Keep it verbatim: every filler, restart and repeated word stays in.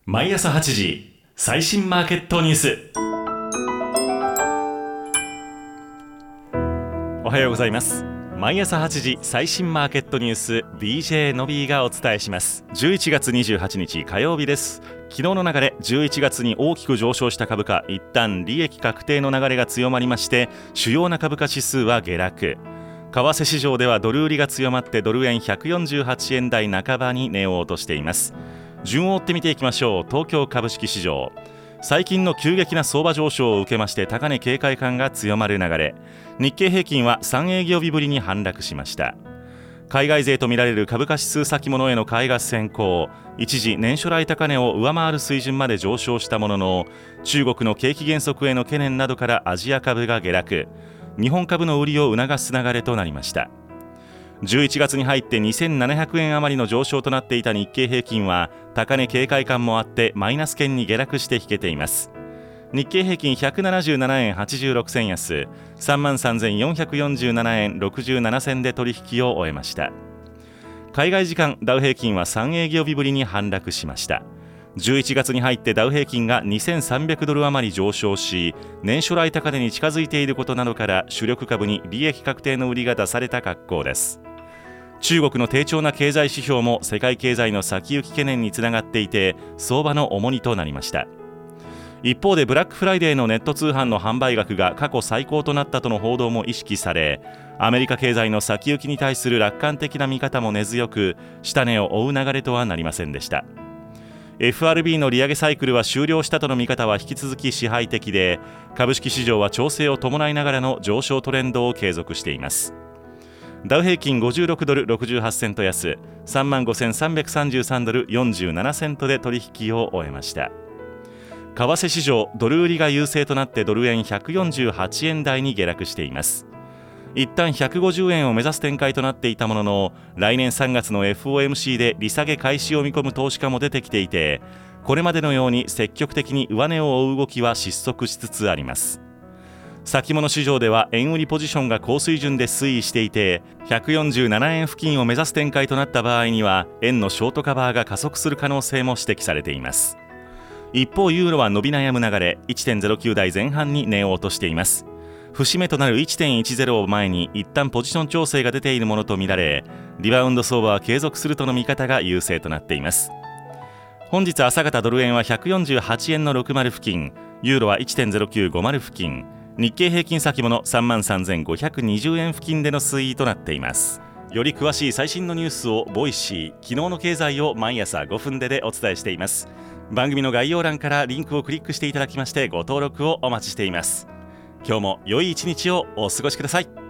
毎朝はちじ最新マーケットニュース。おはようございます。毎朝はちじ最新マーケットニュース ディージェー のびーがお伝えします。じゅういちがつにじゅうはちにち火曜日です。昨日の流れ、じゅういちがつに大きく上昇した株価、一旦利益確定の流れが強まりまして、主要な株価指数は下落。為替市場ではドル売りが強まってドル円ひゃくよんじゅうはちえん台半ばに値を落としています。順を追って見ていきましょう。東京株式市場、最近の急激な相場上昇を受けまして高値警戒感が強まる流れ、日経平均はさん営業日ぶりに反落しました。海外勢とみられる株価指数先物への買いが先行、一時年初来高値を上回る水準まで上昇したものの、中国の景気減速への懸念などからアジア株が下落、日本株の売りを促す流れとなりました。じゅういちがつに入ってにせんななひゃくえん余りの上昇となっていた日経平均は高値警戒感もあってマイナス圏に下落して引けています。日経平均ひゃくななじゅうななえんはちじゅうろくせん安、 さんまんさんぜんよんひゃくよんじゅうななえんろくじゅうななせんで取引を終えました。海外時間、ダウ平均はさん営業日ぶりに反落しました。じゅういちがつに入ってダウ平均がにせんさんびゃくドル余り上昇し、年初来高値に近づいていることなどから主力株に利益確定の売りが出された格好です。中国の低調な経済指標も世界経済の先行き懸念につながっていて、相場の重荷となりました。一方でブラックフライデーのネット通販の販売額が過去最高となったとの報道も意識され、アメリカ経済の先行きに対する楽観的な見方も根強く、下値を追う流れとはなりませんでした。 エフアールビー の利上げサイクルは終了したとの見方は引き続き支配的で、株式市場は調整を伴いながらの上昇トレンドを継続しています。ダウ平均ごじゅうろくドルろくじゅうはちセント安、 さんまんごせんさんびゃくさんじゅうさんドルよんじゅうななセントで取引を終えました。為替市場、ドル売りが優勢となってドル円ひゃくよんじゅうはちえん台に下落しています。一旦ひゃくごじゅうえんを目指す展開となっていたものの、来年さんがつの エフオーエムシー で利下げ開始を見込む投資家も出てきていて、これまでのように積極的に上値を追う動きは失速しつつあります。先物市場では円売りポジションが高水準で推移していて、ひゃくよんじゅうななえん付近を目指す展開となった場合には円のショートカバーが加速する可能性も指摘されています。一方、ユーロは伸び悩む流れ、 いってんゼロきゅう 台前半に値を落としています。節目となる いってんいちゼロ を前に一旦ポジション調整が出ているものとみられ、リバウンド相場は継続するとの見方が優勢となっています。本日朝方ドル円はひゃくよんじゅうはちえんのろくじゅう付近、ユーロは いってんゼロきゅうごゼロ 付近、日経平均先物 さんまんさんぜんごひゃくにじゅうえん付近での推移となっています。より詳しい最新のニュースをボイシー、昨日の経済を毎朝ごふんででお伝えしています。番組の概要欄からリンクをクリックしていただきましてご登録をお待ちしています。今日も良い一日をお過ごしください。